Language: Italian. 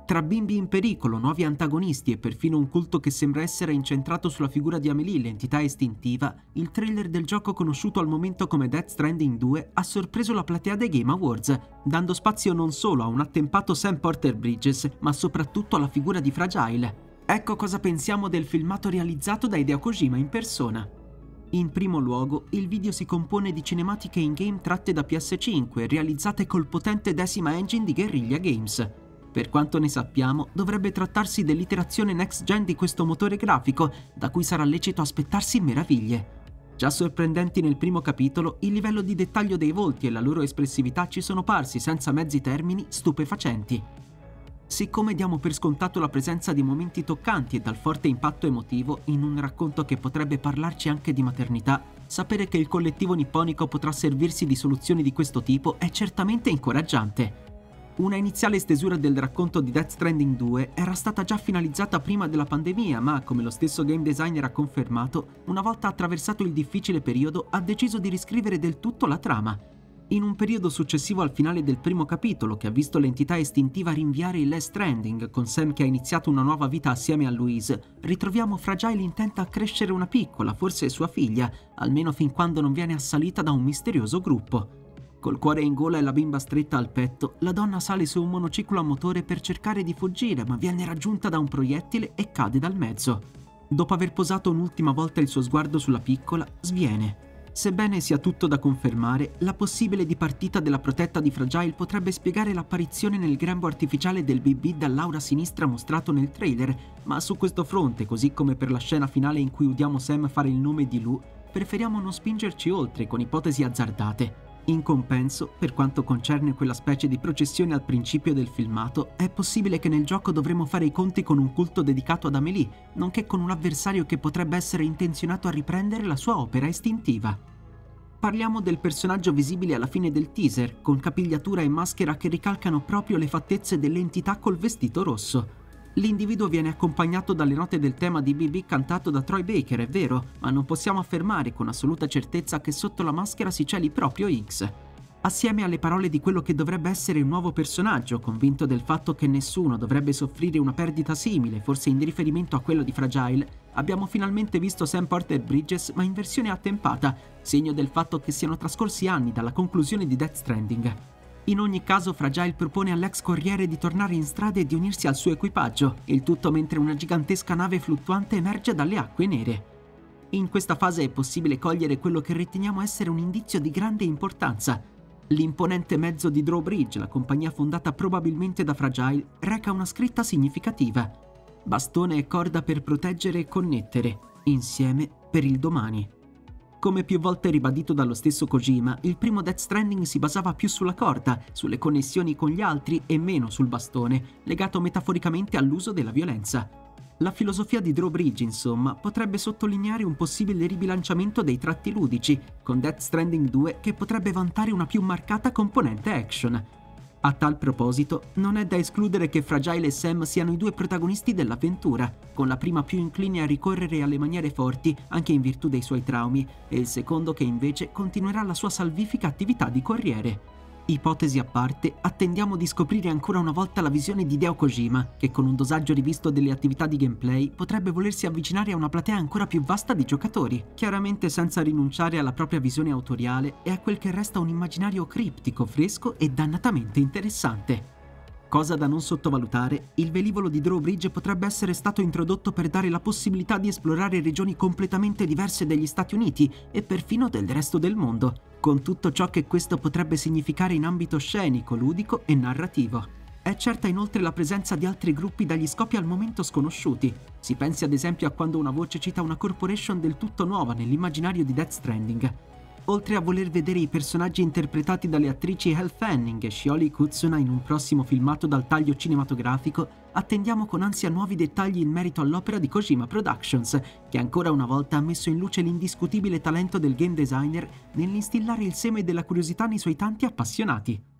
Tra bimbi in pericolo, nuovi antagonisti e perfino un culto che sembra essere incentrato sulla figura di Amélie, l'entità istintiva, il trailer del gioco conosciuto al momento come Death Stranding 2 ha sorpreso la platea dei Game Awards, dando spazio non solo a un attempato Sam Porter Bridges, ma soprattutto alla figura di Fragile. Ecco cosa pensiamo del filmato realizzato da Hideo Kojima in persona. In primo luogo, il video si compone di cinematiche in-game tratte da PS5, realizzate col potente 10th engine di Guerrilla Games. Per quanto ne sappiamo, dovrebbe trattarsi dell'iterazione next-gen di questo motore grafico, da cui sarà lecito aspettarsi meraviglie. Già sorprendenti nel primo capitolo, il livello di dettaglio dei volti e la loro espressività ci sono parsi, senza mezzi termini, stupefacenti. Siccome diamo per scontato la presenza di momenti toccanti e dal forte impatto emotivo in un racconto che potrebbe parlarci anche di maternità, sapere che il collettivo nipponico potrà servirsi di soluzioni di questo tipo è certamente incoraggiante. Una iniziale stesura del racconto di Death Stranding 2 era stata già finalizzata prima della pandemia, ma come lo stesso game designer ha confermato, una volta attraversato il difficile periodo ha deciso di riscrivere del tutto la trama. In un periodo successivo al finale del primo capitolo, che ha visto l'entità istintiva rinviare il Last Stranding, con Sam che ha iniziato una nuova vita assieme a Louise, ritroviamo Fragile intenta a crescere una piccola, forse sua figlia, almeno fin quando non viene assalita da un misterioso gruppo. Col cuore in gola e la bimba stretta al petto, la donna sale su un monociclo a motore per cercare di fuggire, ma viene raggiunta da un proiettile e cade dal mezzo. Dopo aver posato un'ultima volta il suo sguardo sulla piccola, sviene. Sebbene sia tutto da confermare, la possibile dipartita della protetta di Fragile potrebbe spiegare l'apparizione nel grembo artificiale del BB dall'aura sinistra mostrato nel trailer, ma su questo fronte, così come per la scena finale in cui udiamo Sam fare il nome di Lou, preferiamo non spingerci oltre con ipotesi azzardate. In compenso, per quanto concerne quella specie di processione al principio del filmato, è possibile che nel gioco dovremo fare i conti con un culto dedicato ad Amélie, nonché con un avversario che potrebbe essere intenzionato a riprendere la sua opera istintiva. Parliamo del personaggio visibile alla fine del teaser, con capigliatura e maschera che ricalcano proprio le fattezze dell'entità col vestito rosso. L'individuo viene accompagnato dalle note del tema di BB cantato da Troy Baker, è vero, ma non possiamo affermare con assoluta certezza che sotto la maschera si celi proprio X. Assieme alle parole di quello che dovrebbe essere un nuovo personaggio, convinto del fatto che nessuno dovrebbe soffrire una perdita simile, forse in riferimento a quello di Fragile, abbiamo finalmente visto Sam Porter Bridges ma in versione attempata, segno del fatto che siano trascorsi anni dalla conclusione di Death Stranding. In ogni caso Fragile propone all'ex corriere di tornare in strada e di unirsi al suo equipaggio, il tutto mentre una gigantesca nave fluttuante emerge dalle acque nere. In questa fase è possibile cogliere quello che riteniamo essere un indizio di grande importanza. L'imponente mezzo di Drawbridge, la compagnia fondata probabilmente da Fragile, reca una scritta significativa: bastone e corda per proteggere e connettere, insieme per il domani. Come più volte ribadito dallo stesso Kojima, il primo Death Stranding si basava più sulla corda, sulle connessioni con gli altri e meno sul bastone, legato metaforicamente all'uso della violenza. La filosofia di Drawbridge, insomma, potrebbe sottolineare un possibile ribilanciamento dei tratti ludici, con Death Stranding 2 che potrebbe vantare una più marcata componente action. A tal proposito, non è da escludere che Fragile e Sam siano i due protagonisti dell'avventura, con la prima più incline a ricorrere alle maniere forti anche in virtù dei suoi traumi, e il secondo che invece continuerà la sua salvifica attività di corriere. Ipotesi a parte, attendiamo di scoprire ancora una volta la visione di Hideo Kojima, che con un dosaggio rivisto delle attività di gameplay potrebbe volersi avvicinare a una platea ancora più vasta di giocatori, chiaramente senza rinunciare alla propria visione autoriale e a quel che resta un immaginario criptico, fresco e dannatamente interessante. Cosa da non sottovalutare, il velivolo di Drawbridge potrebbe essere stato introdotto per dare la possibilità di esplorare regioni completamente diverse degli Stati Uniti e perfino del resto del mondo, con tutto ciò che questo potrebbe significare in ambito scenico, ludico e narrativo. È certa inoltre la presenza di altri gruppi dagli scopi al momento sconosciuti. Si pensi ad esempio a quando una voce cita una corporation del tutto nuova nell'immaginario di Death Stranding. Oltre a voler vedere i personaggi interpretati dalle attrici Elle Fanning e Shioli Kutsuna in un prossimo filmato dal taglio cinematografico, attendiamo con ansia nuovi dettagli in merito all'opera di Kojima Productions, che ancora una volta ha messo in luce l'indiscutibile talento del game designer nell'instillare il seme della curiosità nei suoi tanti appassionati.